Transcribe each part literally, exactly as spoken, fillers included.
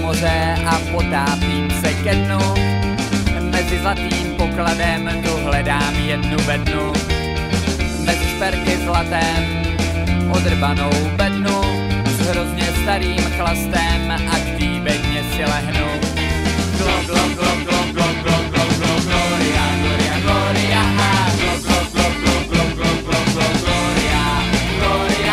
moře a potápím se ke dnu. Mezi zlatým pokladem tu hledám jednu bednu. Mezi šperky zlatem odrbanou bednu s hrozně starým chlastem a k tý bedně si lehnu. Glo, glo, glo, glo, glo, glo, glo, glo, gloria, gloria, gloria, glo, glo, glo, glo, glo, glo, glo, glo, gloria, gloria,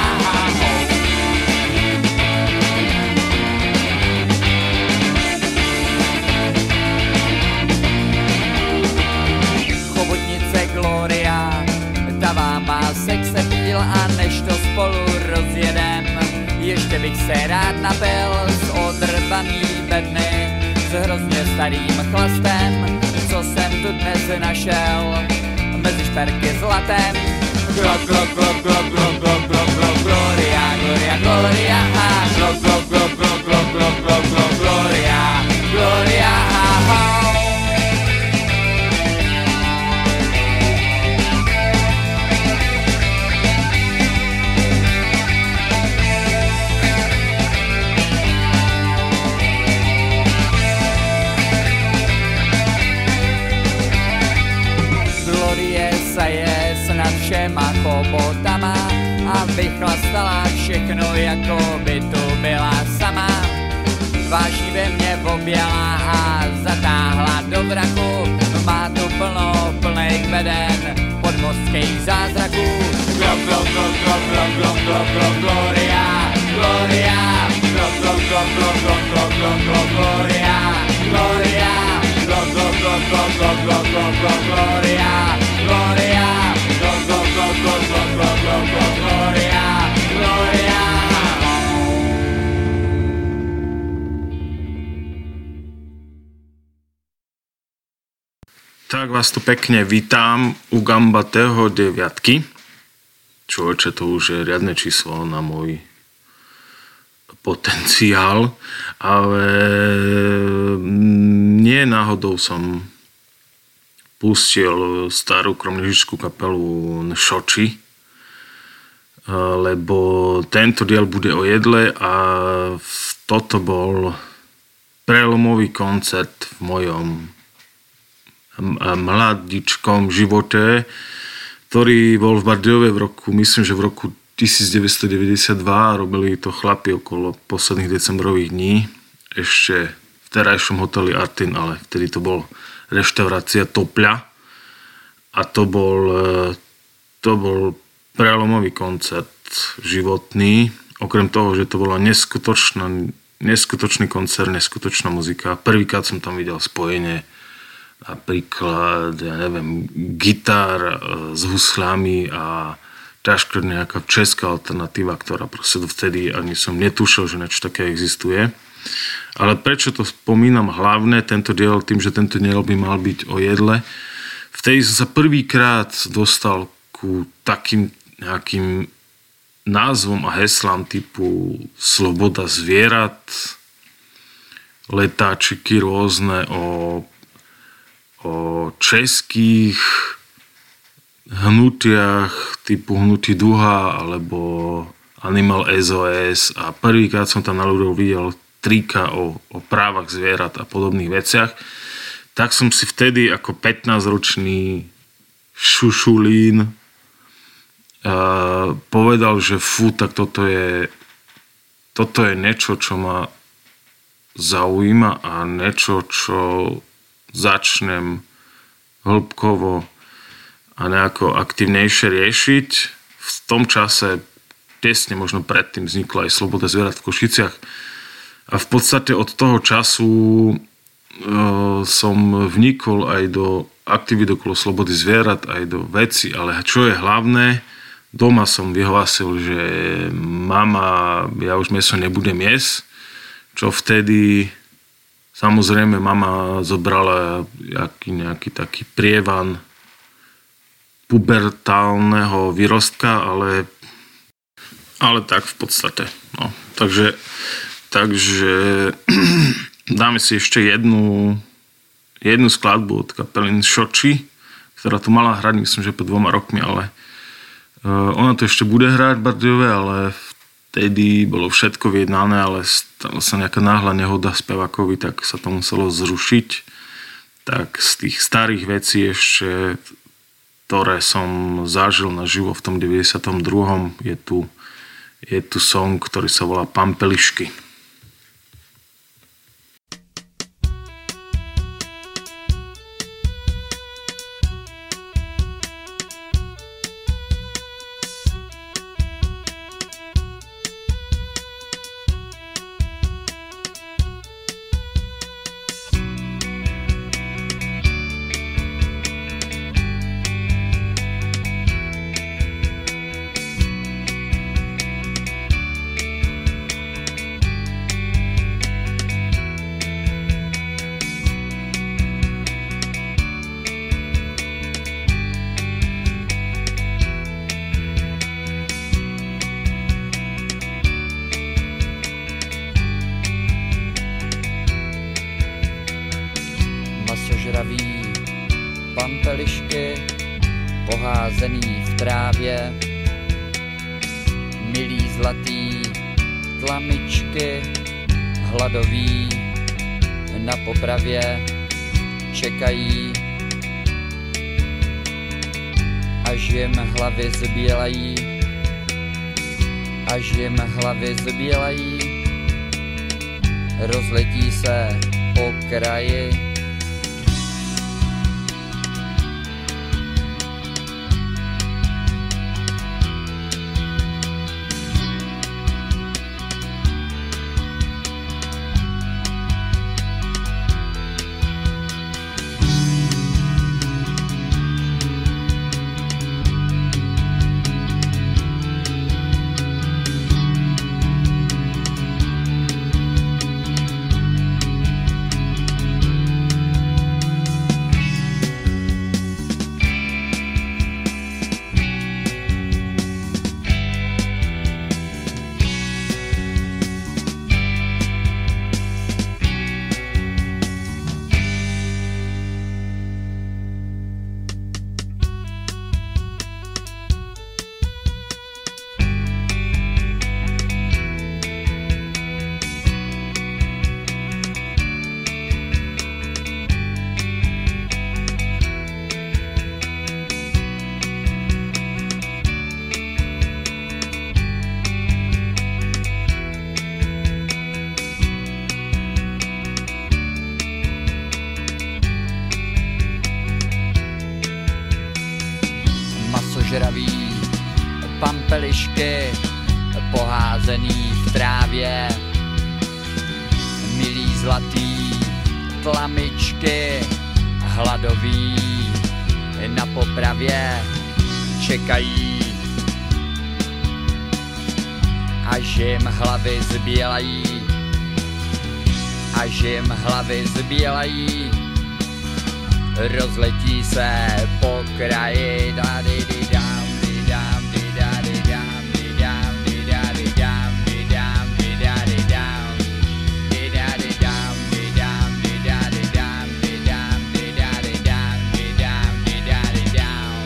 chobotnice Gloria, ta vám má sexapíl a než to spolu rozjedem, ještě bych se rád napil z odrbaný bedny s hrozně starým chlastem, co jsem tu dnes našel mezi šperky zlatem. Glo, glo, glo, glo, glo, glo, glo, glo, gloria, gloria, gloria, glo, glo, glo, glo, glo, glo, glo, glo, gloria, gloria, je snad všema chobotama a vychlastala všechno, jako by tu byla sama. Váživě mě objela a zatáhla do vraku, má tu plno plných beden podmořských zázraků. Glo, glo, glo, glo, glo, glo, glo, glo, gloria, gloria, glo, glo, glo, glo, glo, glo, glo, glo, gloria, gloria, glo, glo, glo, glo, glo, glo, glo, glo, gloria, gloria, glo, glo, glo, glo, glo, glo, glo, glo, gloria, gloria. Tak vás tu pekne vítam u Gambatého deviatky. Človeče, to už je riadne číslo na môj potenciál, ale nie náhodou som pustil starú kromnižičskú kapelu Nšoči, lebo tento diel bude o jedle a toto bol prelomový koncert v mojom mladičkom živote, ktorý bol v Bardejove v roku, myslím, že v roku devätnásťstodeväťdesiatdva, robili to chlapi okolo posledných decembrových dní, ešte v terajšom hoteli Artin, ale vtedy to bol reštaurácia Topľa a to bol, to bol prelomový koncert životný, okrem toho, že to bola neskutočná, neskutočný koncert, neskutočná muzika. Prvýkrát som tam videl spojenie napríklad, ja neviem, gitár s huslami a ťažko nejaká česká alternatíva, ktorá proste vtedy ani som netušil, že niečo také existuje. Ale prečo to spomínam hlavne, tento diel, tým, že tento diel by mal byť o jedle. Vtedy som sa prvýkrát dostal ku takým nejakým názvom a heslám typu sloboda zvierat, letáčiky rôzne o, o českých hnutiach typu Hnutí Duha alebo Animal es o es a prvýkrát som tam na ľuďoch videl trika o, o právach zvierat a podobných veciach, tak som si vtedy ako pätnásťročný šušulín uh, povedal, že fú, tak toto je toto je niečo, čo ma zaujíma a niečo, čo začnem hĺbkovo a nejako aktivnejšie riešiť. V tom čase tesne možno predtým vznikla aj Sloboda zvierat v Košiciach. A v podstate od toho času e, som vnikol aj do aktivít okolo slobody zvierat, aj do veci, ale čo je hlavné, doma som vyhlásil, že mama, ja už mäso nebudem jesť, čo vtedy samozrejme mama zobrala nejaký, nejaký taký prievan pubertálneho vyrostka, ale, ale tak v podstate. No. Takže, takže dáme si ešte jednu, jednu skladbu od kapely Nšoči, ktorá tu mala hrať, myslím, že po dvoma rokmi, ale uh, ona to ešte bude hrať v Bardejove, ale v vtedy bolo všetko vyjednané, ale stala sa nejaká náhla nehoda spevákovi, tak sa to muselo zrušiť. Tak z tých starých vecí ešte, ktoré som zažil naživo v tom deväťdesiatom druhom, je tu, je tu song, ktorý sa volá Pampelišky. Masožraví pampelišky, poházený v trávě, milý zlatý tlamičky, hladoví na popravě čekají, až jim hlavy zbělají, až jim hlavy zbělají, rozletí se po kraji. Masožraví pampelišky, poházený v trávě, milý zlatý tlamičky, hladoví na popravě čekají, až jim hlavy zbělají, až jim hlavy zbělají, rozletí se po kraji. Tady, di, dám, di, dám, di, dady, dám, di, dám, di, dady, dám, di, dám, di, dady, dám, di, dady, dám, di, dám, di, dady, dám, di, dám, di, dady, dám, di, dám, di, dady, dám.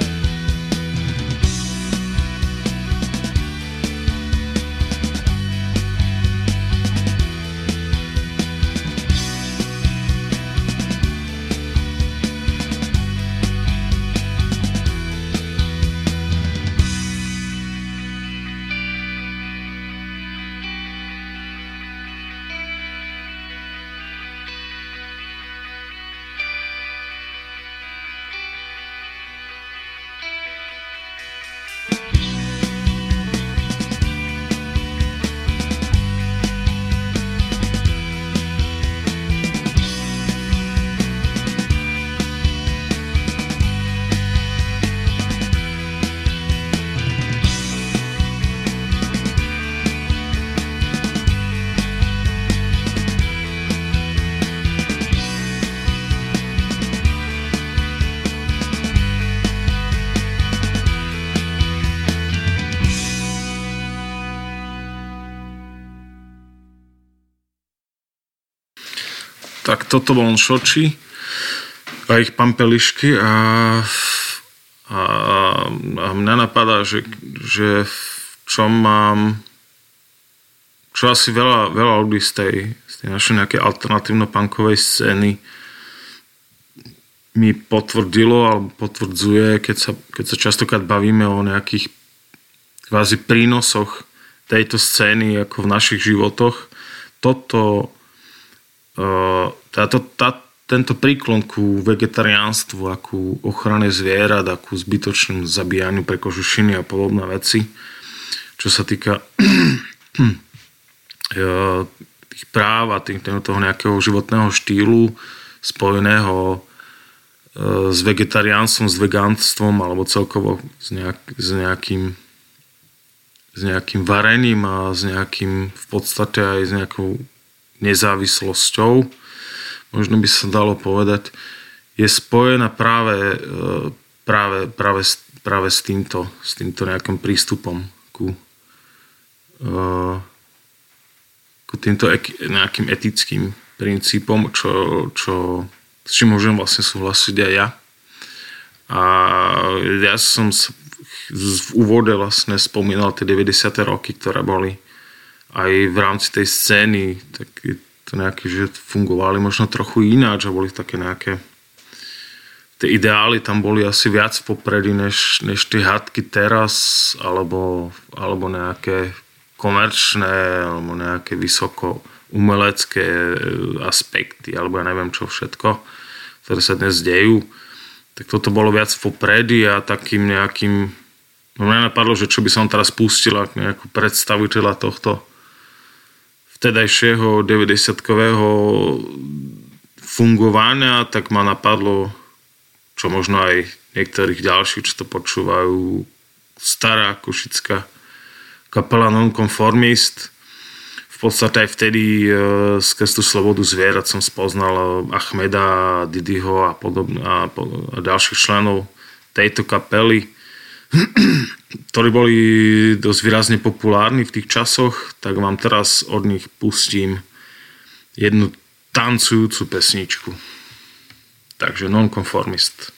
Tak toto bol Šoči a ich pampelišky a, a, a mňa napadá, že, že v čom mám čo asi veľa, veľa ľudí z tej, z tej našej nejakej alternatívno-punkovej scény mi potvrdilo alebo potvrdzuje, keď sa, keď sa častokrát bavíme o nejakých kvázi prínosoch tejto scény ako v našich životoch. Toto táto, tá, tento príklon ku vegetariánstvu a ku ochrane zvierat a ku zbytočnému zabíjaniu pre kožušiny a podobné veci, čo sa týka tých práv a tých, toho nejakého životného štýlu spojeného s vegetariánstvom, s vegánstvom alebo celkovo s, nejak, s, nejakým, s nejakým varením a s nejakým v podstate aj s nejakou nezávislosťou, možno by sa dalo povedať, je spojená práve, práve, práve, práve s týmto, s týmto nejakým prístupom ku, ku týmto nejakým etickým princípom, čo, čo, s čím môžem vlastne súhlasiť aj ja. A ja som v úvode vlastne spomínal tie deväťdesiate roky, ktoré boli aj v rámci tej scény, tak to nejaké, že fungovali možno trochu ináč a boli také nejaké tie ideály tam boli asi viac v popredí než, než tie hádky teraz alebo, alebo nejaké komerčné alebo nejaké vysoko umelecké aspekty alebo ja neviem čo všetko, ktoré sa dnes dejú. Tak toto bolo viac v popredí a takým nejakým no mňa napadlo, že čo by som teraz pustil ako nejakú predstaviteľa tohto vtedajšieho deväťdesiatkového fungovania, tak ma napadlo, čo možno aj niektorých ďalších, čo to počúvajú, stará košická kapela Nonconformist. V podstate aj vtedy skrz tú slobodu zvierat som spoznal Achmeda, Didiho a podobne a, a ďalších členov tejto kapely, ktorí boli dosť výrazne populárni v tých časoch, tak vám teraz od nich pustím jednu tancujúcu pesničku. Takže Nonconformist.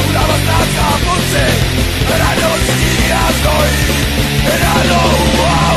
Radosti a znoji, radou a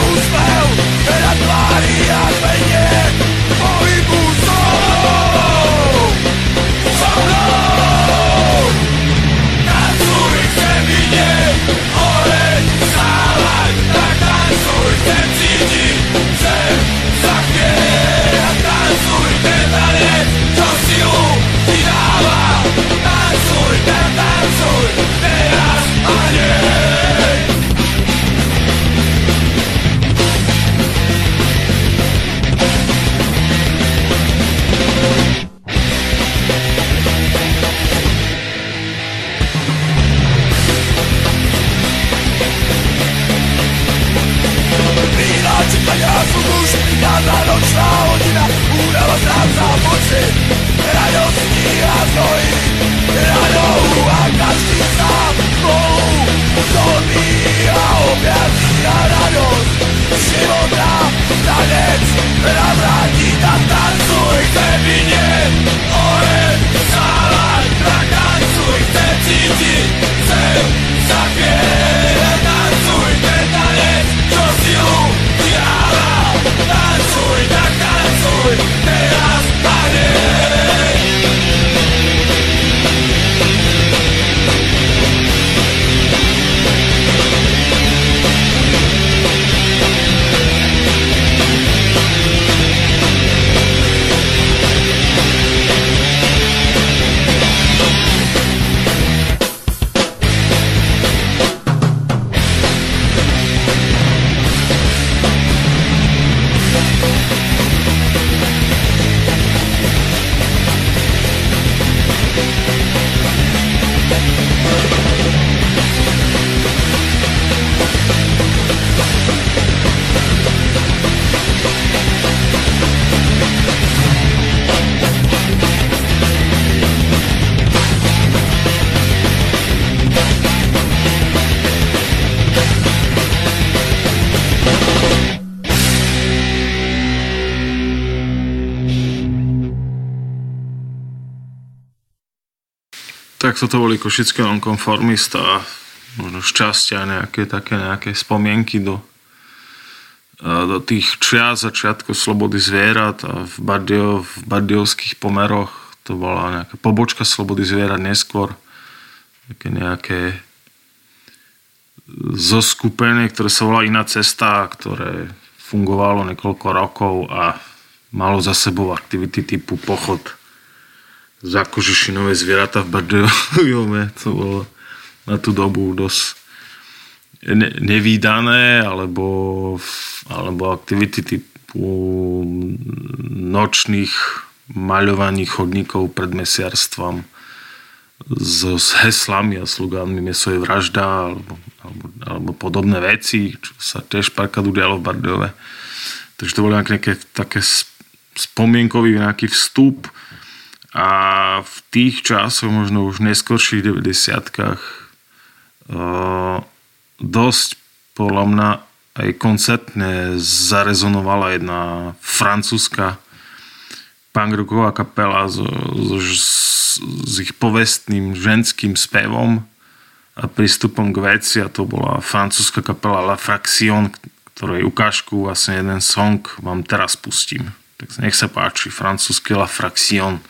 Tak toto boli košické nonkonformista a možno šťastia, nejaké také nejaké spomienky do, do tých čias začiatku slobody zvierat a v, Bardio, v bardiovských pomeroch to bola nejaká pobočka slobody zvierat neskôr. Také nejaké zoskupenie, ktoré sa volá Iná cesta, ktoré fungovalo niekoľko rokov a malo za sebou aktivity typu pochod za kožešinové zvieratá v Bardejove. To bolo na tú dobu dosť ne- nevídané, alebo, alebo aktivity typu nočných maľovaní chodníkov pred mesiarstvom s, s heslami a slogánmi Meso je vražda alebo, alebo, alebo podobné veci, čo sa tiež párkrát udialo v Bardejove. Takže to bolo nejaké také spomienkový nejaký vstup. A v tých časoch, možno už v neskorších deväťdesiatkach, dosť podľa mňa aj koncertne zarezonovala jedna francúzska punkrocková kapela s, s, s ich povestným ženským spevom a prístupom k veci, a to bola francúzska kapela La Fraction, ktorej ukážku, vlastne jeden song vám teraz pustím. Tak nech sa páči, francúzsky La Fraction.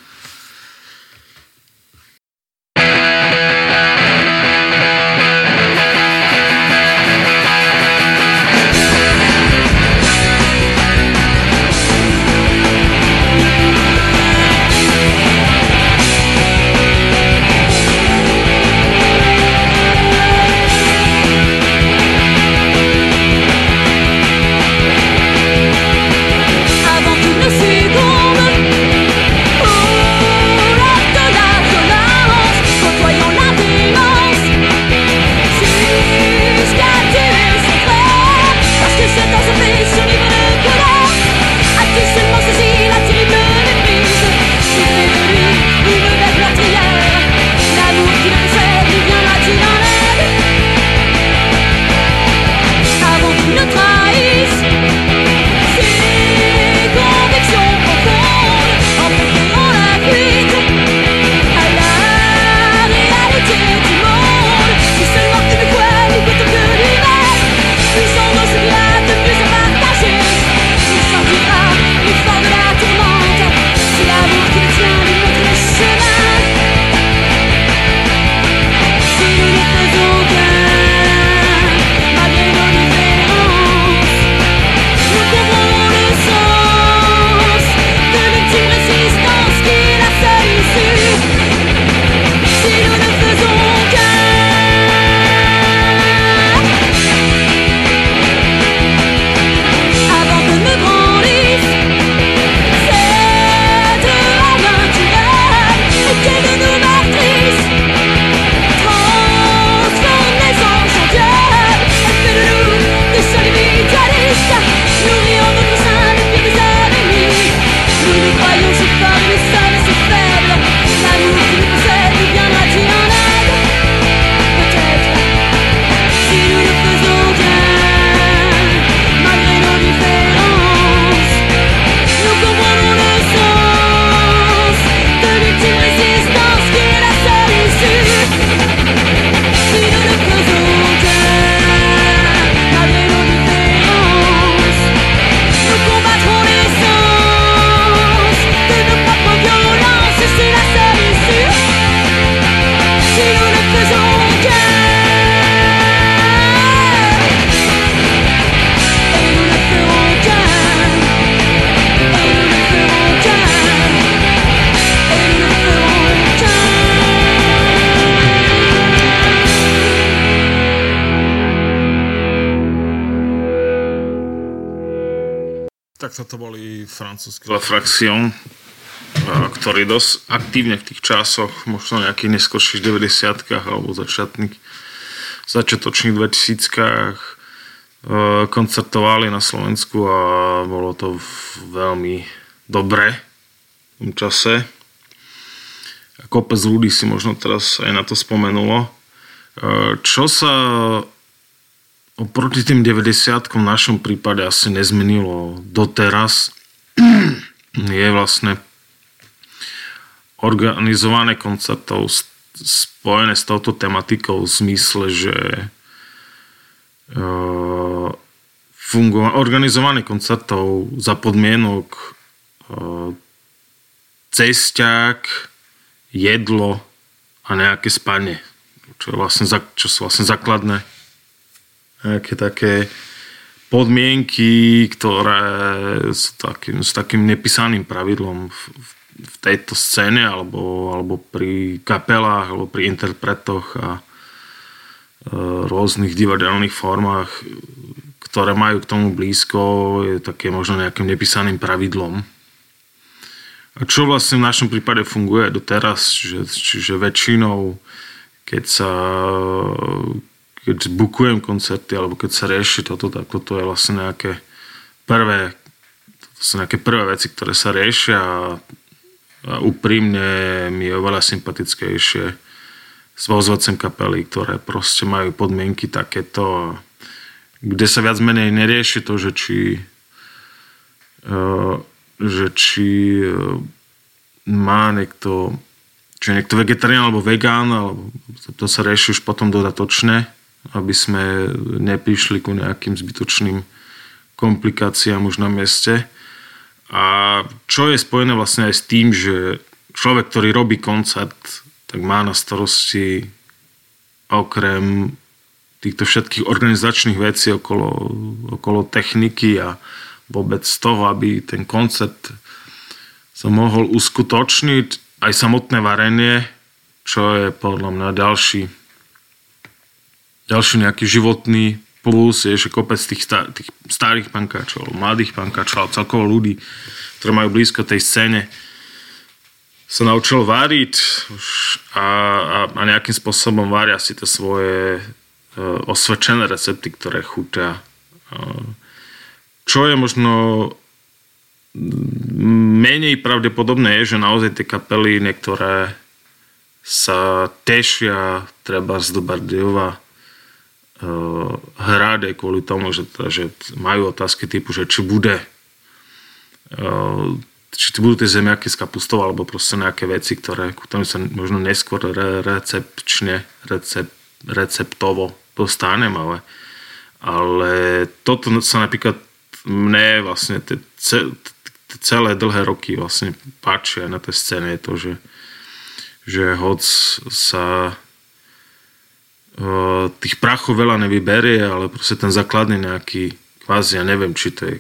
Tak toto boli francúzsky La Fraction, ktorí dosť aktívne v tých časoch, možno nejakých neskorších deväťdesiatkach alebo začiatných, začiatočných dvetisíckach koncertovali na Slovensku a bolo to veľmi dobré v tom čase. Kopec ľudí si možno teraz aj na to spomenulo. Čo sa oproti tým deväťdesiatkom v našom prípade asi nezmenilo doteraz, je vlastne organizované koncertov spojené s touto tematikou v zmysle, že uh, fungovanie, organizovanie koncertov za podmienok uh, cesťák, jedlo a nejaké spanie, čo, je vlastne, čo sú vlastne základné nejaké také podmienky, ktoré sú takým, sú takým nepísaným pravidlom v, v tejto scéne alebo, alebo pri kapelách alebo pri interpretoch a e, rôznych divadelných formách, ktoré majú k tomu blízko, je také možno nejakým nepísaným pravidlom. A čo vlastne v našom prípade funguje doteraz, že, čiže väčšinou, keď sa keď bukujem koncerty, alebo keď sa rieši toto, tak toto je vlastne nejaké prvé, to sú nejaké prvé veci, ktoré sa riešia a, a úprimne mi je oveľa sympatickejšie s vozovacím kapely, ktoré proste majú podmienky takéto, kde sa viac menej nerieši to, že či uh, že či uh, má niekto či niekto vegetarián alebo vegán, alebo to sa rieši už potom dodatočne, aby sme neprišli ku nejakým zbytočným komplikáciám už na mieste. A čo je spojené vlastne aj s tým, že človek, ktorý robí koncert, tak má na starosti okrem týchto všetkých organizačných vecí okolo, okolo techniky a vôbec z toho, aby ten koncert sa mohol uskutočniť, aj samotné varenie, čo je podľa mňa ďalší ďalší nejaký životný plus, je, že kopec tých, star- tých starých pankáčov, mladých pankáčov, celkovo ľudí, ktorí majú blízko tej scéne, sa naučil váriť a, a, a nejakým spôsobom varia si tie svoje e, osvedčené recepty, ktoré chutia. E, čo je možno menej pravdepodobné je, že naozaj tie kapely niektoré sa tešia treba z do Bardejova uh, hrade kvôli tomu, že, že majú otázky typu, že či bude uh, či to budú tie zemiaky s kapustou alebo proste nejaké veci, ktoré ku tomu sa možno neskôr re, recepčne recept, receptovo dostanem, ale, ale toto sa napríklad mne vlastne tie celé dlhé roky vlastne páčia na tej scéne je to, že, že hoc sa uh, tých prachov veľa nevyberie, ale proste ten základný nejaký kvázi, ja neviem, či to je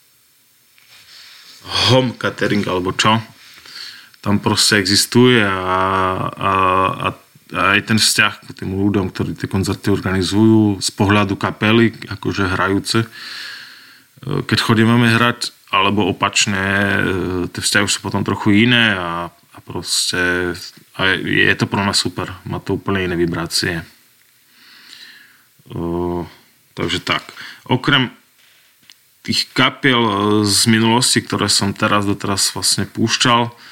home catering alebo čo, tam proste existuje a, a, a, a aj ten vzťah k tým ľuďom, ktorí tie koncerty organizujú z pohľadu kapely, akože hrajúce, keď chodíme hrať, alebo opačne, tie vzťahy sú potom trochu iné a, a proste a je to pro nás super. Má to úplne iné vibrácie. O, takže tak. Okrem tých kapiel z minulosti, ktoré som teraz doteraz vlastne púšťal, o,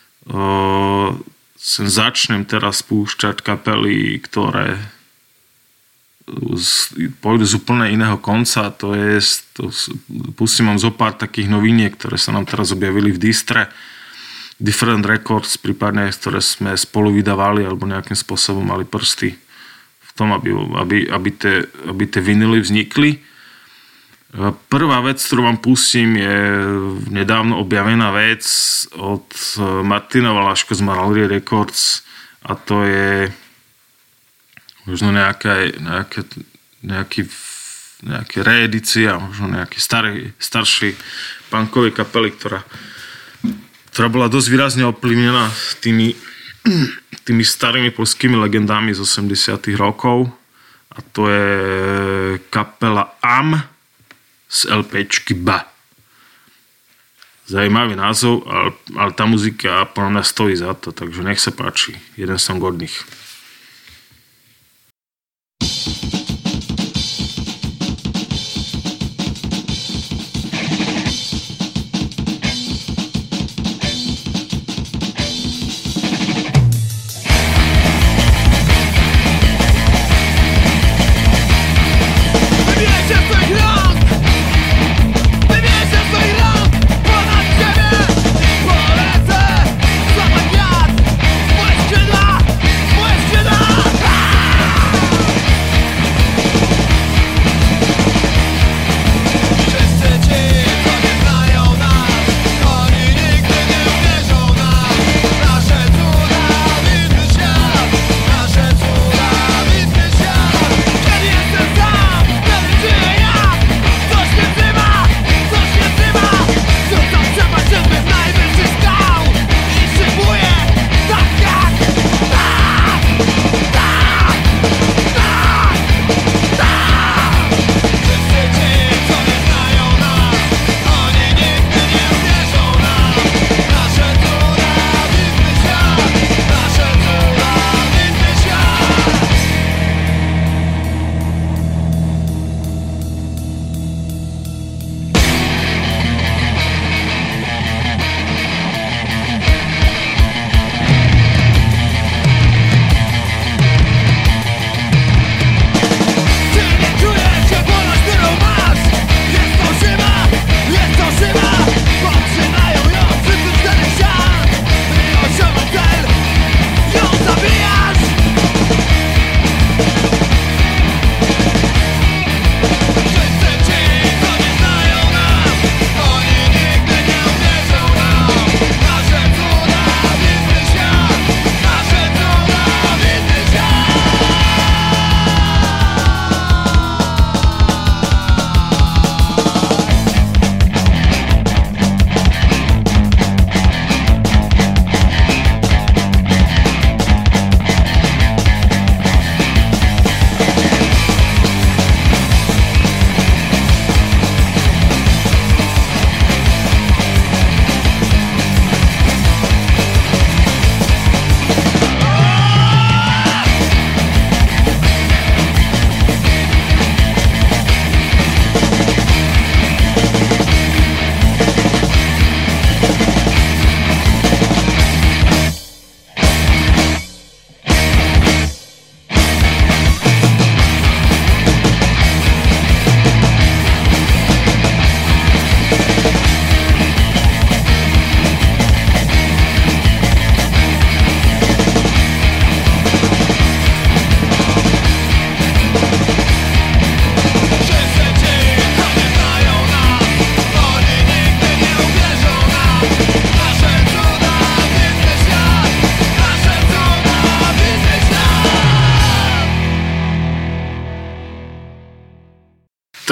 sem začnem teraz púšťať kapely, ktoré pôjdu z úplne iného konca, to je, to, pustím vám zo pár takých noviniek, ktoré sa nám teraz objavili v Distre, Different Records, prípadne, ktoré sme spolu vydávali alebo nejakým spôsobom mali prsty v tom, aby, aby, aby, tie, aby tie vinily vznikli. Prvá vec, ktorú vám pustím, je nedávno objavená vec od Martina Valaška z Maralry Records a to je možno nejaké, nejaké, nejaký, nejaké reedícia, možno nejaký starý, starší punkovej kapely, ktorá, ktorá bola dosť výrazne ovplyvnená tými, tými starými poľskými legendami z osemdesiatych rokov. A to je kapela á em z LPčky Ba. Zajímavý názov, ale, ale tá muzika podľa mňa stojí za to, takže nech sa páči. Jeden som od nich. Moje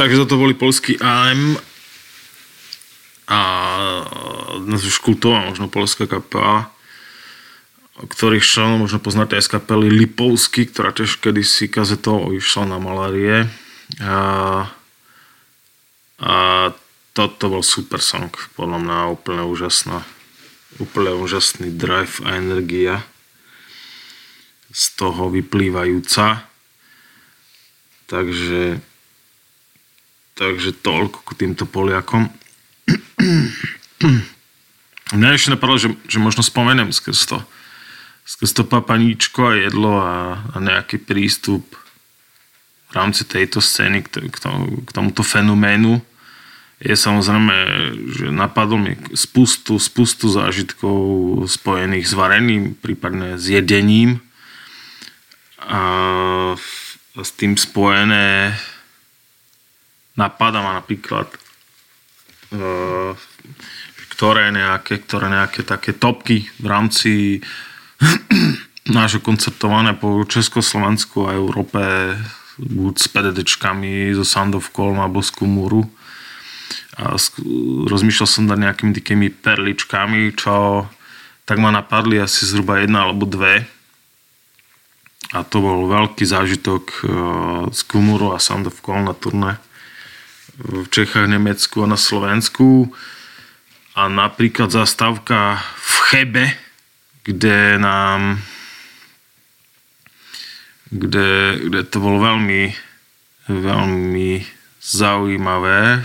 Takže toto boli poľský á em a dnes už kultová možno poľská kapela, ktorých členov možno poznáte aj z kapely Lipovsky, ktorá tiež kedysi kazetou išla na malárie. A, a toto bol super song, podľa mňa úplne úžasná, úplne úžasný drive a energia z toho vyplývajúca. Takže takže toľko k týmto Poliakom. Mňa ešte napadlo, že, že možno spomeniem skrz to skrz to papaníčko a jedlo a, a nejaký prístup v rámci tejto scény k, k, tomu, k tomuto fenoménu je samozrejme, že napadlo mi spustu, spustu zážitkov spojených s varením, prípadne s jedením a, a s tým spojené napadá ma napríklad uh, ktoré nejaké, ktoré nejaké také topky v rámci nášho koncertovania po Československu a Európe, buď s PDDčkami, zo Sound of Kolm alebo z Kumuru. A rozmýšľal som dať nejakými takými perličkami, čo tak ma napadli asi zhruba jedna alebo dve. A to bol veľký zážitok z Kumuru a Sound of Kolm na turné v Čechách, Nemecku a na Slovensku. A napríklad zastávka v Chebe, kde nám kde, kde to bolo veľmi veľmi zaujímavé.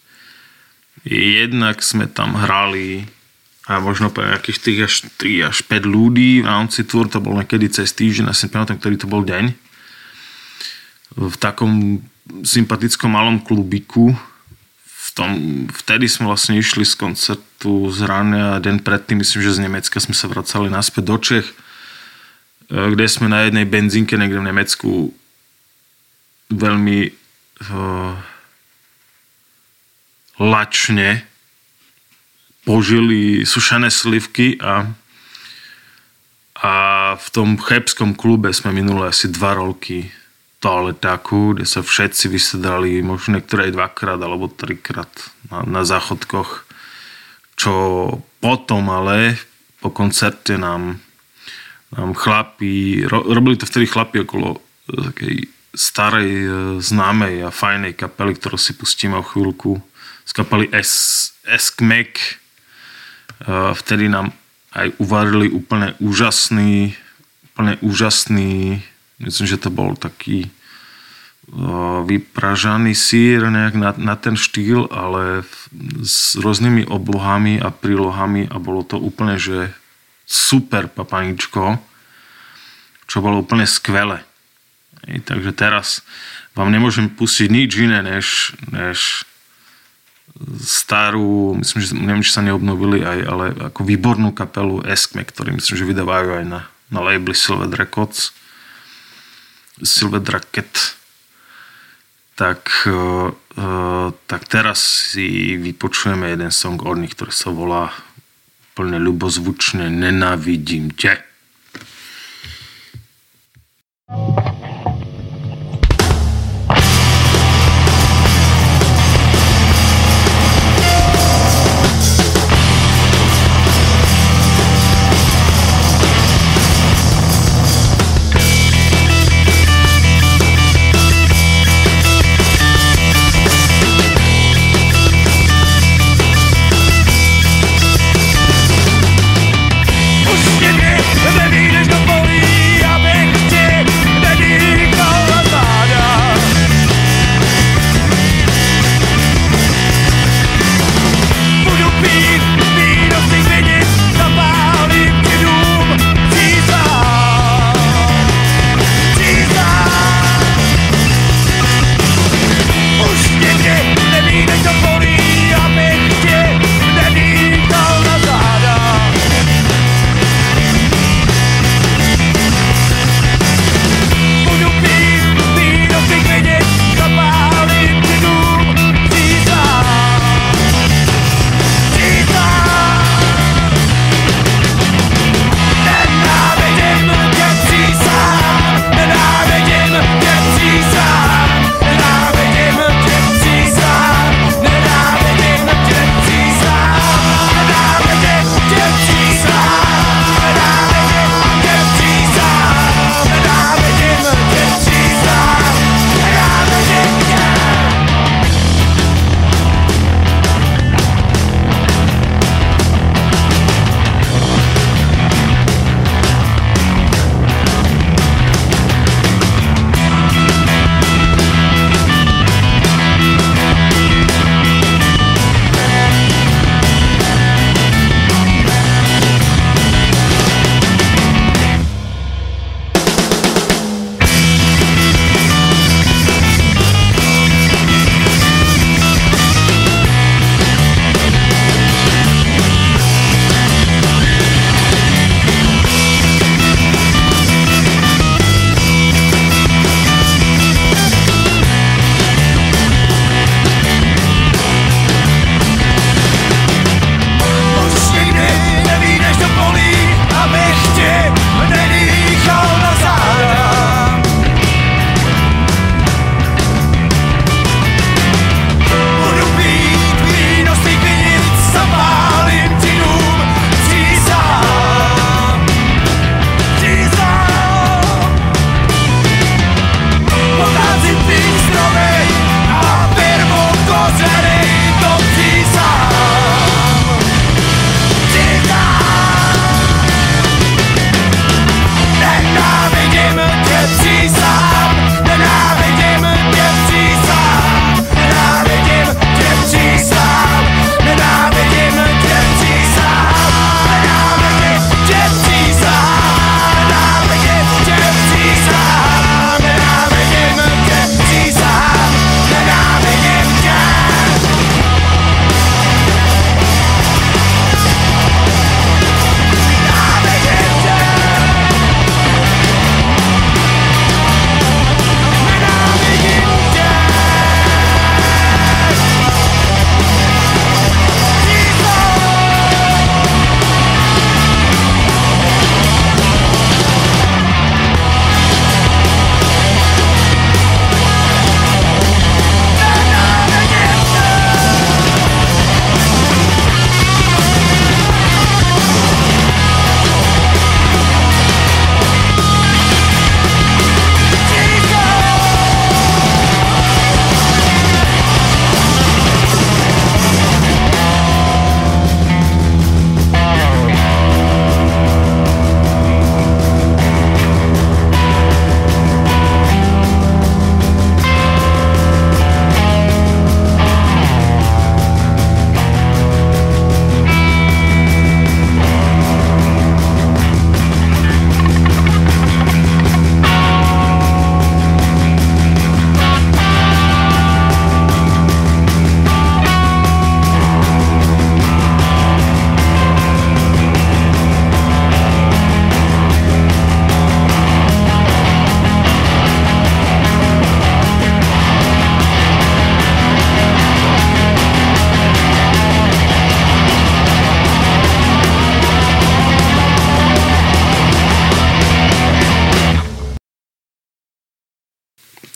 Jednak sme tam hrali a možno pre nejakých tri až, tri až päť ľudí v rámci túr, to bol niekedy cez týždeň, asi nepamätám, ktorý to bol deň. V takom sympatickom malom klubiku. V tom, vtedy sme vlastne išli z koncertu z rána a deň predtým, myslím, že z Nemecka sme sa vracali naspäť do Čech, kde sme na jednej benzínke niekde v Nemecku veľmi uh, lačne požili sušené slivky a, a v tom chebskom klube sme minuli asi dva roky toaletáku, kde sa všetci vysedali možno niektoré aj dvakrát alebo trikrát na, na záchodkoch, čo potom ale po koncerte nám, nám chlapi, ro, robili to vtedy chlapi okolo takej starej, známej a fajnej kapely, ktorú si pustíme o chvíľku, z kapely Eskmek. Vtedy nám aj uvarili úplne úžasný úplne úžasný, myslím, že to bol taký uh, vypražaný sír nejak na, na ten štýl, ale s rôznymi oblohami a prílohami a bolo to úplne, že super papaničko, čo bolo úplne skvelé. I, takže teraz vám nemôžem pustiť nič iné, než, než starú, myslím, že neviem, či sa neobnovili aj, ale ako výbornú kapelu Eskmek, ktorý myslím, že vydávajú aj na, na labeli Silvet Records. Silvet Racket. Tak, uh, tak teraz si vypočujeme jeden song od nich, ktorý sa volá úplne ľubozvučne Nenávidím ťa. Už mě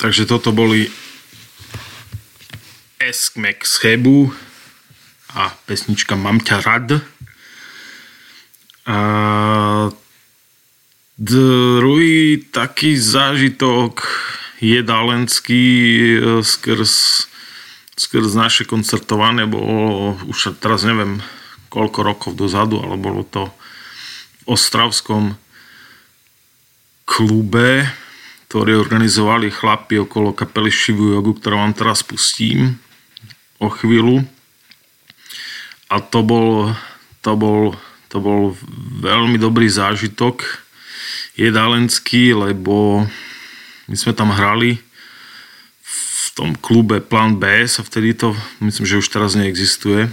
Takže toto boli Eskmek z Chebu a pesnička Mám ťa rad. A druhý taký zážitok jedálenský skrz, skrz naše koncertovanie bolo už teraz neviem koľko rokov dozadu, ale bolo to v ostravskom klube, ktorý organizovali chlapi okolo kapely Šivú jogu, ktorú vám teraz pustím o chvíľu. A to bol, to bol, to bol veľmi dobrý zážitok jedálenský, lebo my sme tam hrali v tom klube Plan bé es a vtedy to, myslím, že už teraz neexistuje.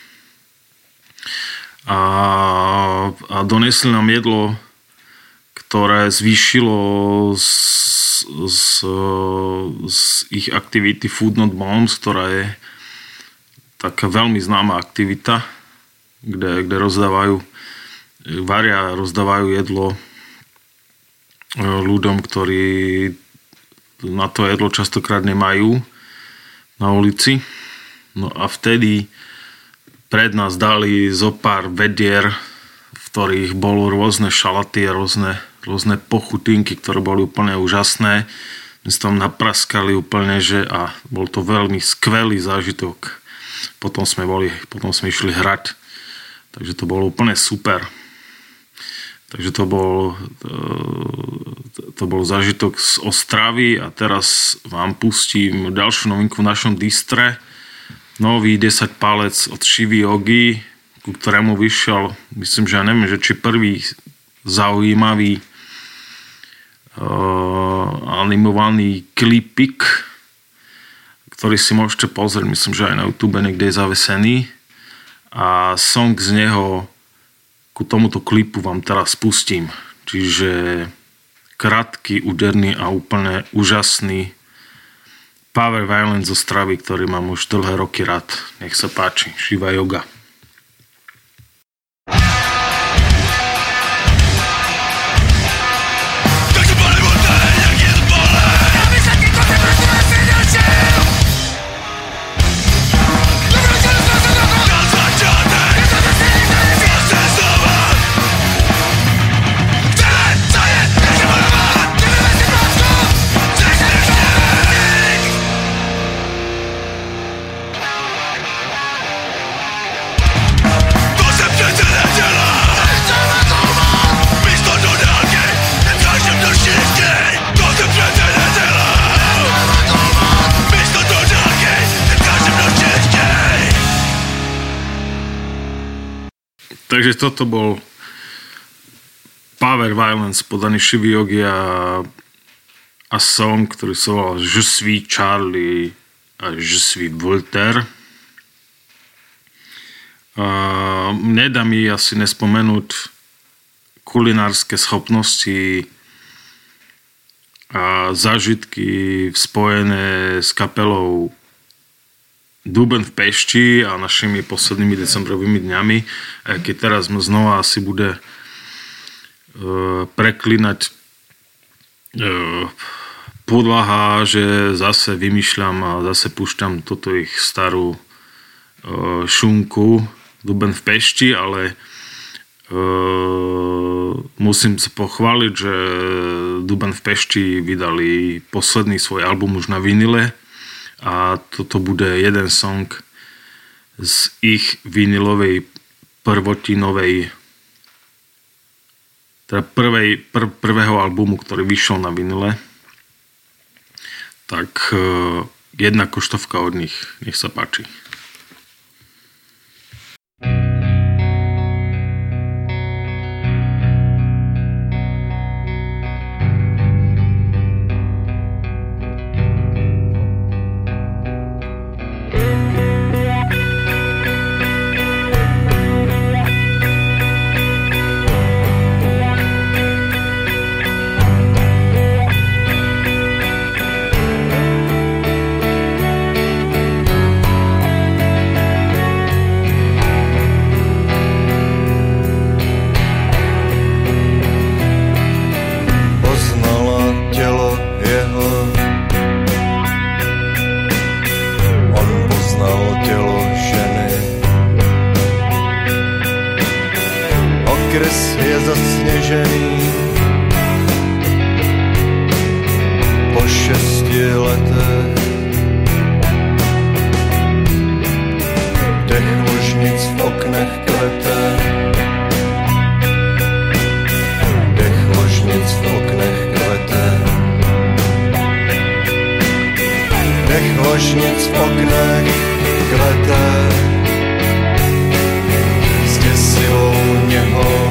A, a donesli nám jedlo, ktoré zvýšilo z, z, z ich aktivity Food Not Bombs, ktorá je taká veľmi známa aktivita, kde, kde rozdávajú, varia, rozdávajú jedlo ľuďom, ktorí na to jedlo častokrát nemajú na ulici. No a vtedy pred nás dali zo pár vedier, v ktorých bolo rôzne šalaty a rôzne, rôzne pochutinky, ktoré boli úplne úžasné. My sme tam napraskali úplne, že a bol to veľmi skvelý zážitok. Potom sme, boli, potom sme išli hrať, takže to bolo úplne super. Takže to bol, to bol zážitok z Ostravy a teraz vám pustím ďalšiu novinku v našom distre. Nový desať palec od Šivy jogy, ku ktorému vyšiel, myslím, že ja neviem, že či prvý zaujímavý uh, animovaný klipik, ktorý si môžete pozrieť, myslím, že aj na YouTube niekde je zavesený. A song z neho ku tomuto klipu vám teraz pustím. Čiže krátky, úderný a úplne úžasný Power Violence zo Ostravy, ktorý mám už dlhé roky rád. Nech sa páči. Šiva joga. Takže toto bol Power Violence podaný Šivy jogy a, a song, ktorý sa volal Je suis Charlie a Je suis Voltaire. A nedá mi asi nespomenúť kulinárske schopnosti a zážitky spojené s kapelou Duben v Pešti a našimi poslednými decembrovými dňami, keď teraz znova asi bude uh, preklinať uh, podlaha, že zase vymýšľam a zase púšťam toto ich starú uh, šunku Duben v Pešti, ale uh, musím sa pochváliť, že Duben v Pešti vydali posledný svoj album už na vinile. A toto bude jeden song z ich vinilovej prvotinovej, teda prvej, pr, prvého albumu, ktorý vyšiel na vinile. Tak uh, jedna koštovka od nich, nech sa páči. zasněžený. Po šesti letech dech lužnic v oknech kvete. Dech ložnic v oknech kvete. Dech ložnic v oknech kvete. S děsivou něhou.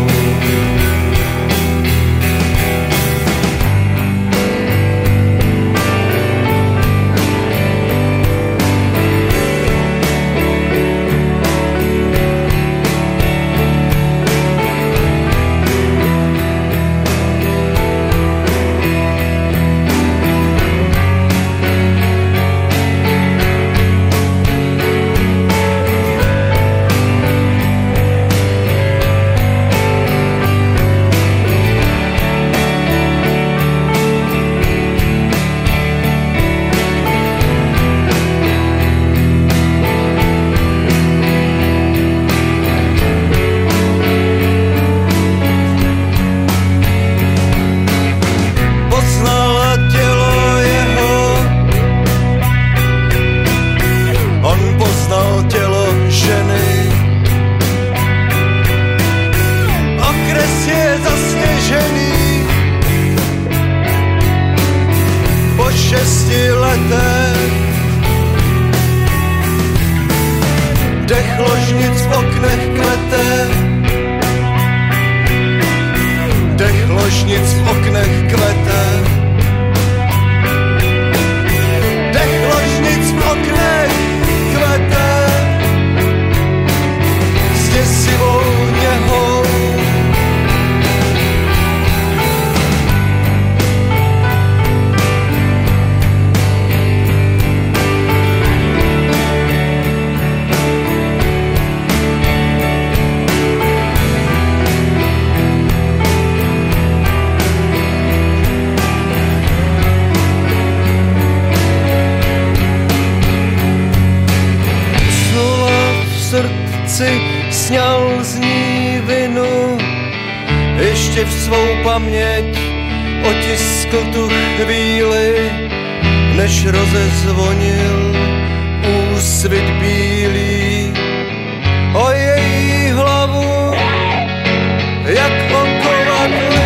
Sňal z ní vinu, ještě v svou paměť otiskl tu chvíli, než rozezvonil úsvit bílý o její hlavu, jak okolo plynu.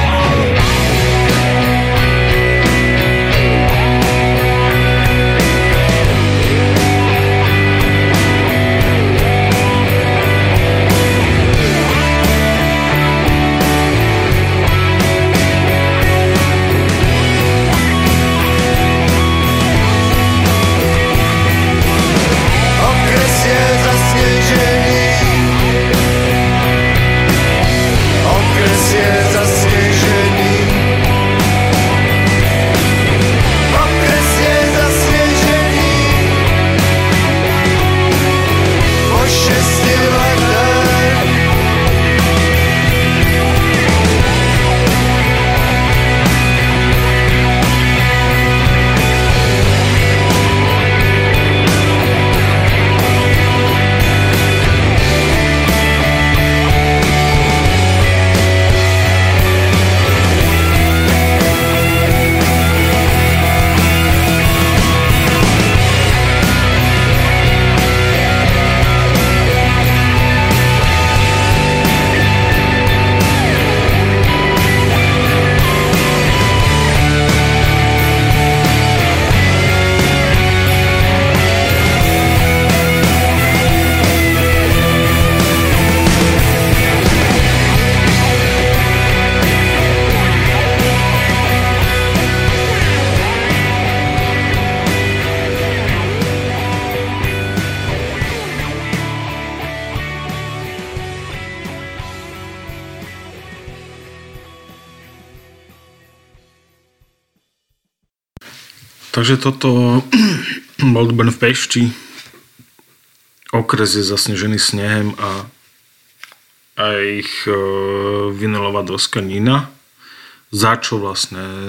Takže toto bol Dben v Pešti. Okres je zasnežený snehem a aj ich e, vinylová doska Nina, za čo vlastne e,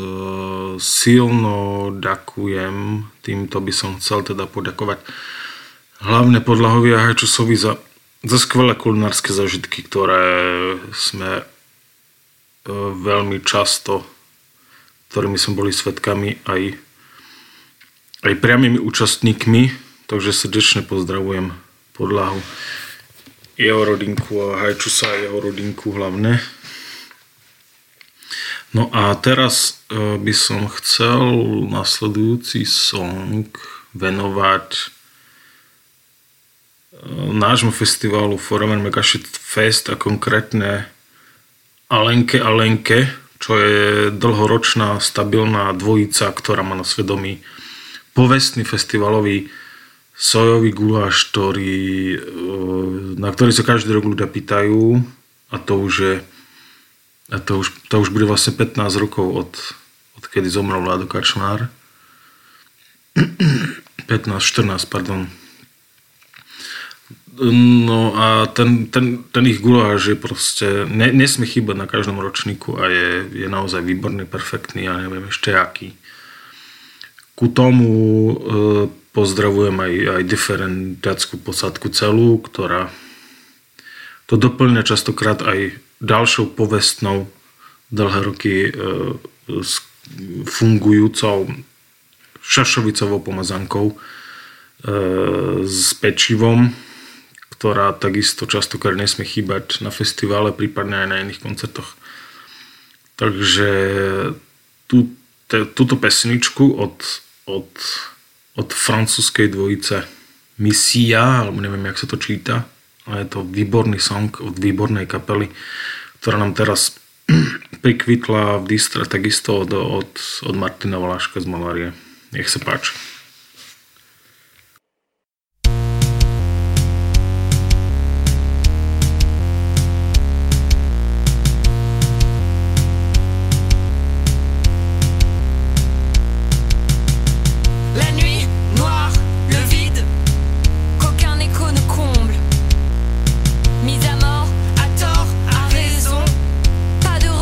silno ďakujem. Týmto by som chcel teda poďakovať hlavne Podlahovi a Hajčusovi za, za skvelé kulinárske zážitky, ktoré sme veľmi často, ktorými sme boli svedkami aj, aj priamými účastníkmi, takže srdečne pozdravujem Podlahu, jeho rodinku a Hajčusa a jeho rodinku hlavne. No a teraz by som chcel nasledujúci song venovať nášmu festivalu Forever Megashit Fest a konkrétne Alenke Alenke, čo je dlhoročná stabilná dvojica, ktorá má na svedomí povestný festivalový sojový guláš, ktorý, na ktorý sa každý rok ľudia pýtajú, a to už je a to už, to už bude vlastne pätnásť rokov od, od kedy zomrel Vlado Kačmár. pätnásť, štrnásť, pardon. No a ten, ten, ten ich guláš je proste, ne, nesmie chýbať na každom ročníku a je, je naozaj výborný, perfektný, ja neviem ešte aký. Ku tomu e, pozdravujem aj, aj diferentiackú posádku celú, ktorá to doplňa častokrát aj ďalšou povestnou dlhé roky e, fungujúcou šašovicovou pomazankou e, s pečivom, ktorá takisto častokrát nesmie chýbať na festivale, prípadne aj na iných koncertoch. Takže tú, te, túto pesničku od, od, od francúzskej dvojice Misia, alebo neviem, jak sa to číta, ale je to výborný song od výbornej kapely, ktorá nám teraz prikvitla v Distre, takisto od, od, od Martina Valáška z Malárie. Nech sa páči.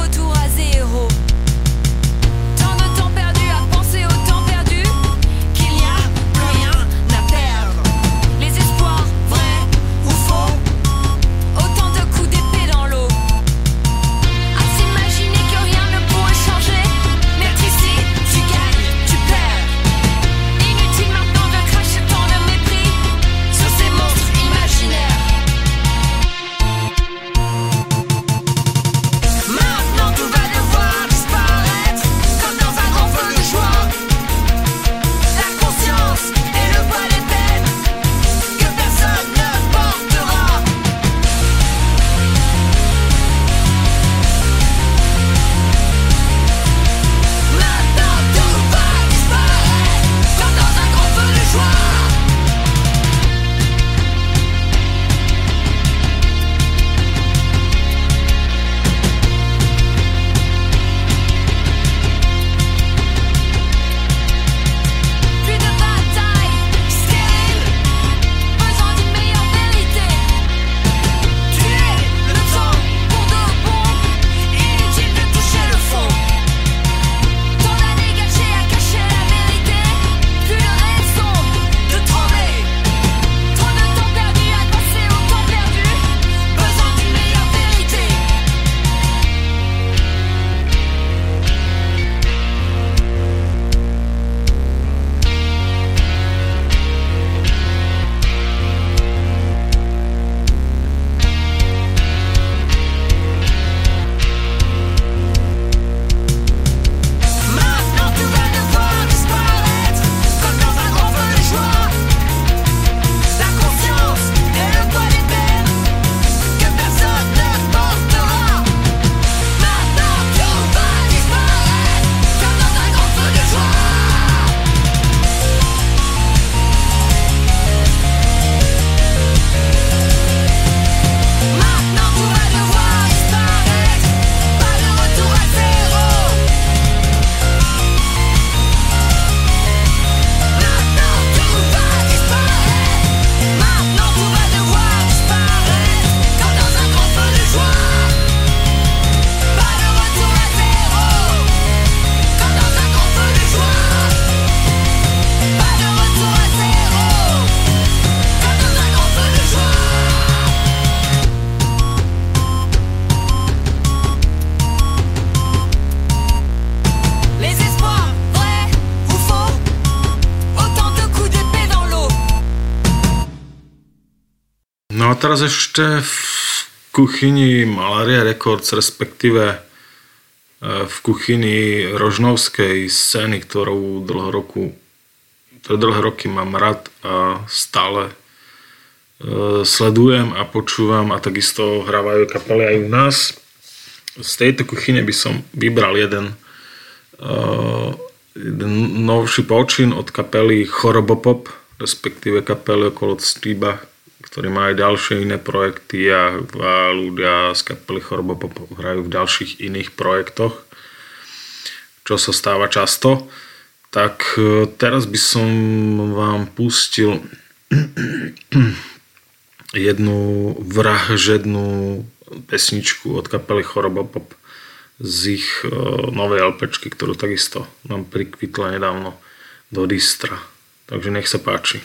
Tant de temps perdu à penser au temps perdu, qu'il No a teraz ešte v kuchyni Malaria Records, respektíve v kuchyni rožnovskej scény, ktorú dlho roku, ktoré dlhé roky mám rád a stále sledujem a počúvam a takisto hrávajú kapely aj u nás. Z tejto kuchyne by som vybral jeden, jeden novší počin od kapely Chorobopop, respektíve kapely okolo Stríba, ktorí majú ďalšie iné projekty a, a ľudia z kapely Chorobopop hrajú v ďalších iných projektoch, čo sa stáva často. Tak teraz by som vám pustil jednu vražednú pesničku od kapely Chorobopop z ich novej LPčky, ktorú takisto nám prikvitla nedávno do distra. Takže nech sa páči.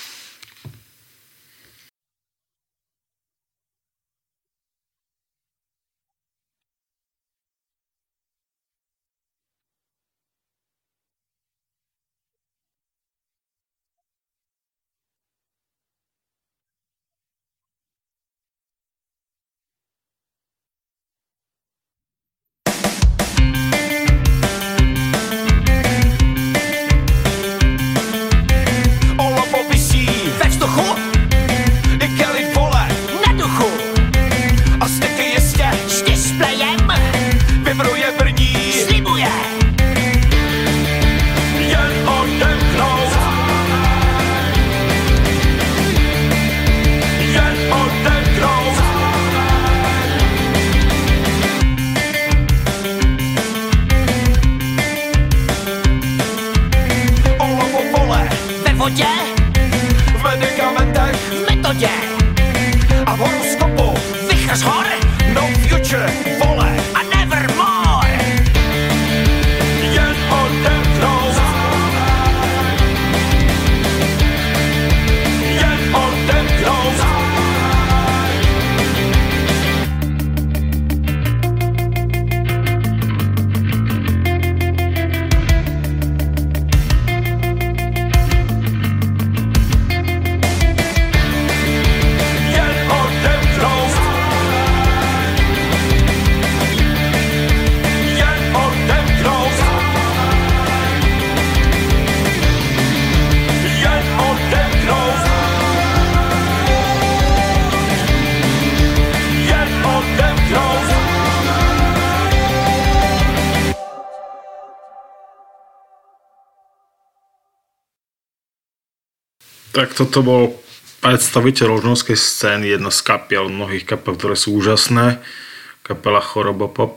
Tak toto bol predstaviteľ rožnovskej scény, jedna z kapiel, mnohých kapel, ktoré sú úžasné. Kapela Chorobopop.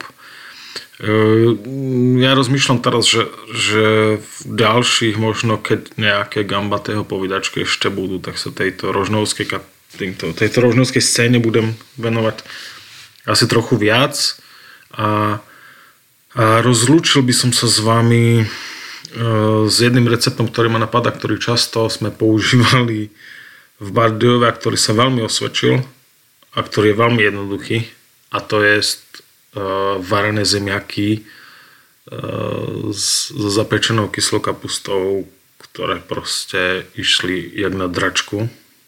Ja rozmýšľam teraz, že, že v ďalších, možno keď nejaké gambatého povídačky ešte budú, tak sa tejto rožnovskej, tejto, tejto rožnovskej scéne budem venovať asi trochu viac. A, a rozlúčil by som sa s vami s jedným receptom, ktorý ma napadá, ktorý často sme používali v Bardejove a ktorý sa veľmi osvedčil a ktorý je veľmi jednoduchý, a to je uh, varené zemiaky uh, s, s zapečenou kyslou kapustou, ktoré proste išli jak na dračku.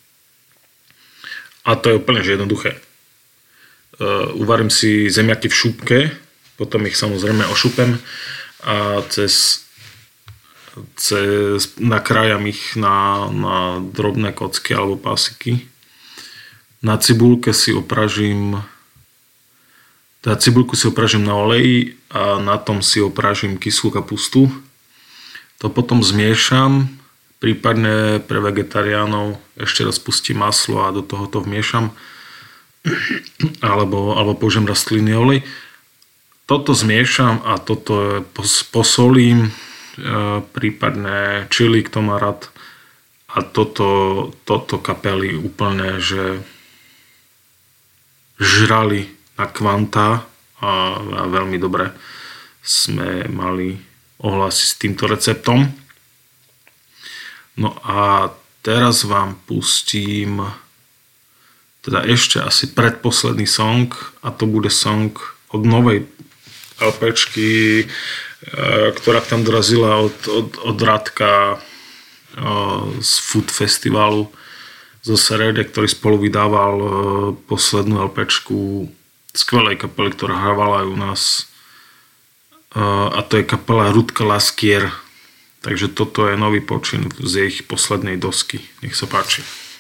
A to je úplne že jednoduché. Uh, uvarím si zemiaky v šupke, potom ich samozrejme ošupem a cez Cez, nakrájam ich na, na drobné kocky alebo pásiky. Na cibulke si opražím teda cibulku si opražím na oleji a na tom si opražím kyslú kapustu. To potom zmiešam, prípadne pre vegetariánov ešte raz pustím maslo a do toho to vmiešam alebo, alebo použijem rastlinný olej. Toto zmiešam a toto posolím, prípadne čili, kto má rád, a toto, toto kapely úplne, že žrali na kvanta a, a veľmi dobre sme mali ohlasy s týmto receptom. No a teraz vám pustím teda ešte asi predposledný song, a to bude song od novej LPčky, ktorá tam dorazila od, od, od Radka z Food Festivalu zo Serede, ktorý spolu vydával poslednú LPčku skvelej kapely, ktorá hrávala aj u nás. A to je kapela Rudka Laskier. Takže toto je nový počin z ich poslednej dosky. Nech sa páči.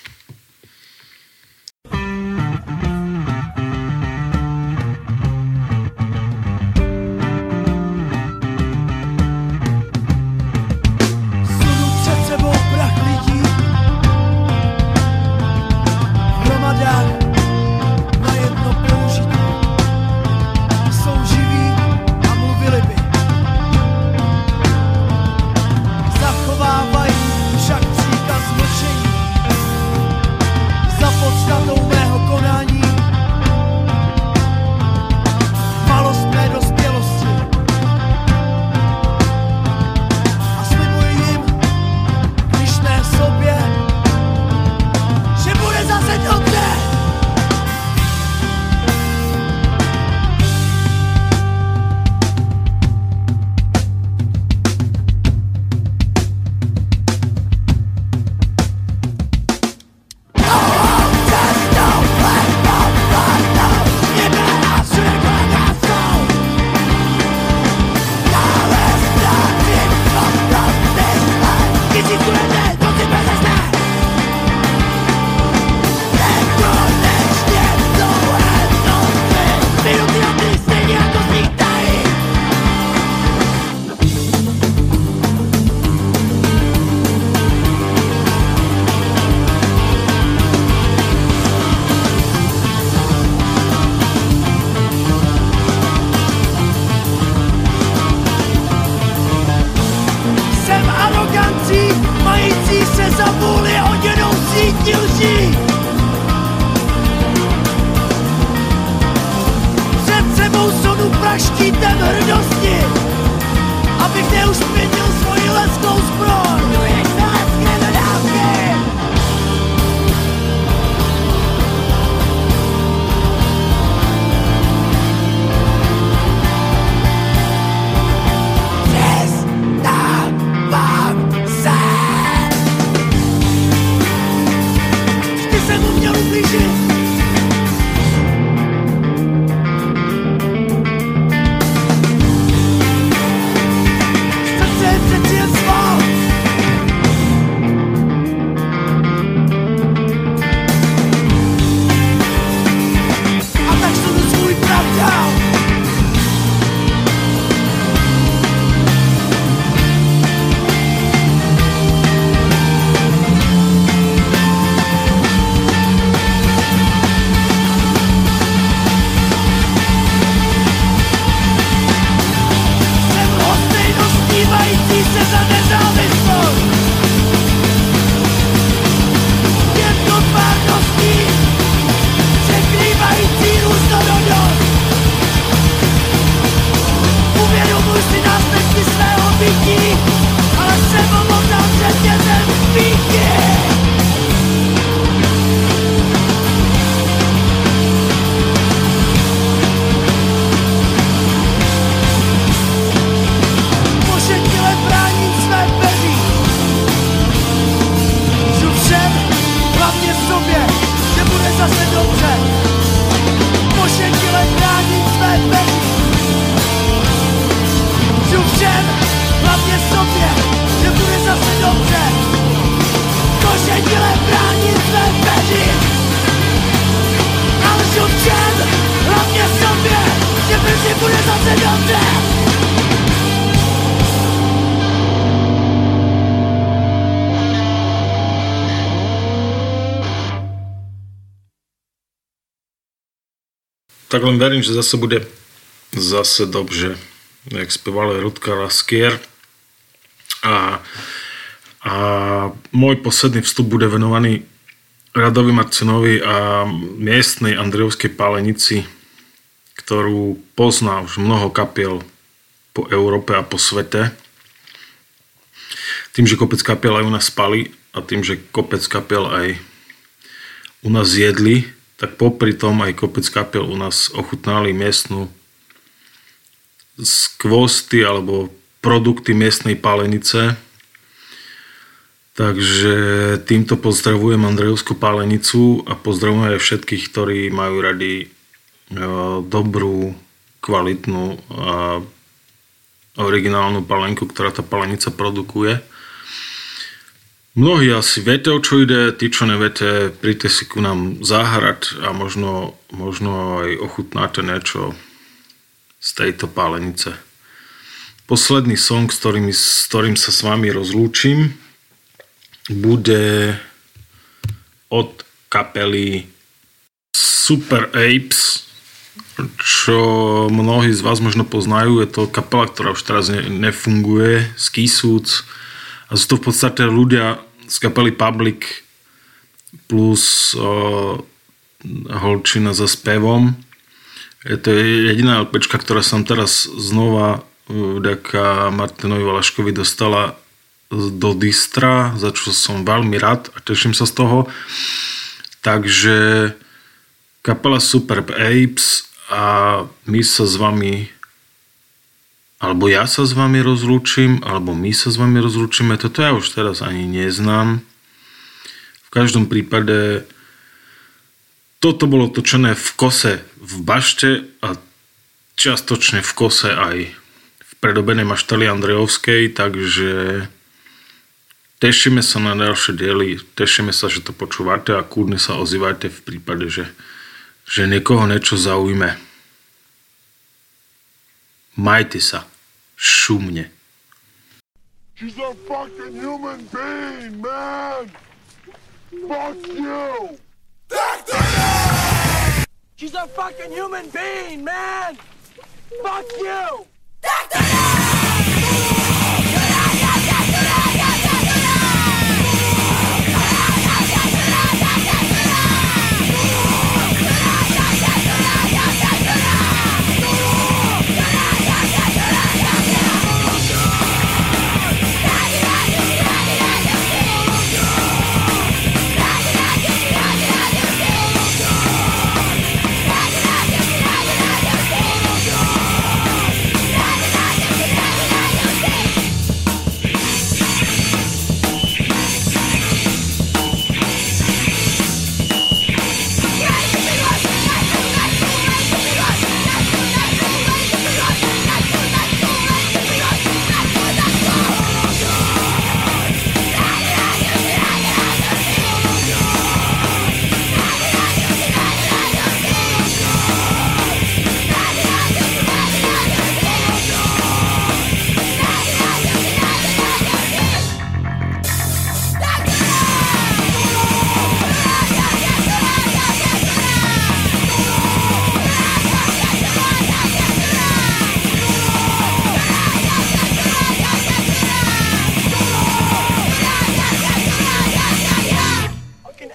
Tak len verím, že zase bude zase dobře, jak zpěvala Rudka Laskier. A, a môj posledný vstup bude venovaný Radovi Marcinovi a miestnej Andrejovskej Pálenici, ktorú pozná už mnoho kapiel po Európe a po svete. Tým, že kopec kapiel aj u nás spali a tým, že kopec kapiel aj u nás jedli, tak popri tom aj kopec kapiel u nás ochutnali miestnu skvosty alebo produkty miestnej Pálenice. Takže týmto pozdravujem Andrejovskú pálenicu a pozdravujem aj všetkých, ktorí majú radi dobrú, kvalitnú a originálnu palenku, ktorá tá palenica produkuje. Mnohí asi viete, o čo ide, tí, čo neviete, príďte si ku nám zahrať a možno, možno aj ochutnáte niečo z tejto pálenice. Posledný song, s ktorým, s ktorým sa s vami rozlúčim, bude od kapely Super Apes, čo mnohí z vás možno poznajú. Je to kapela, ktorá už teraz ne, nefunguje, Skisúc. A sú to v podstate ľudia z kapely Public plus o, holčina za spevom. Je to jediná LPčka, ktorá sa teraz znova vďaka Martinovi Valaškovi dostala do distra, za čo som veľmi rád a teším sa z toho. Takže kapela Super Apes a my sa s vami, alebo ja sa s vami rozlúčim, alebo my sa s vami rozlúčime, toto ja už teraz ani neznám. V každom prípade toto bolo točené v Kose v Bašte a čiastočne v Kose aj v predobenej maštali Andrejovskej, takže tešíme sa na ďalšie diely, tešíme sa, že to počúvate a kľudne sa ozývajte v prípade, že, že niekoho niečo zaujme. Majte sa šumne. She's a fucking human being, man! Fuck you! She's a fucking human being, man! Fuck you!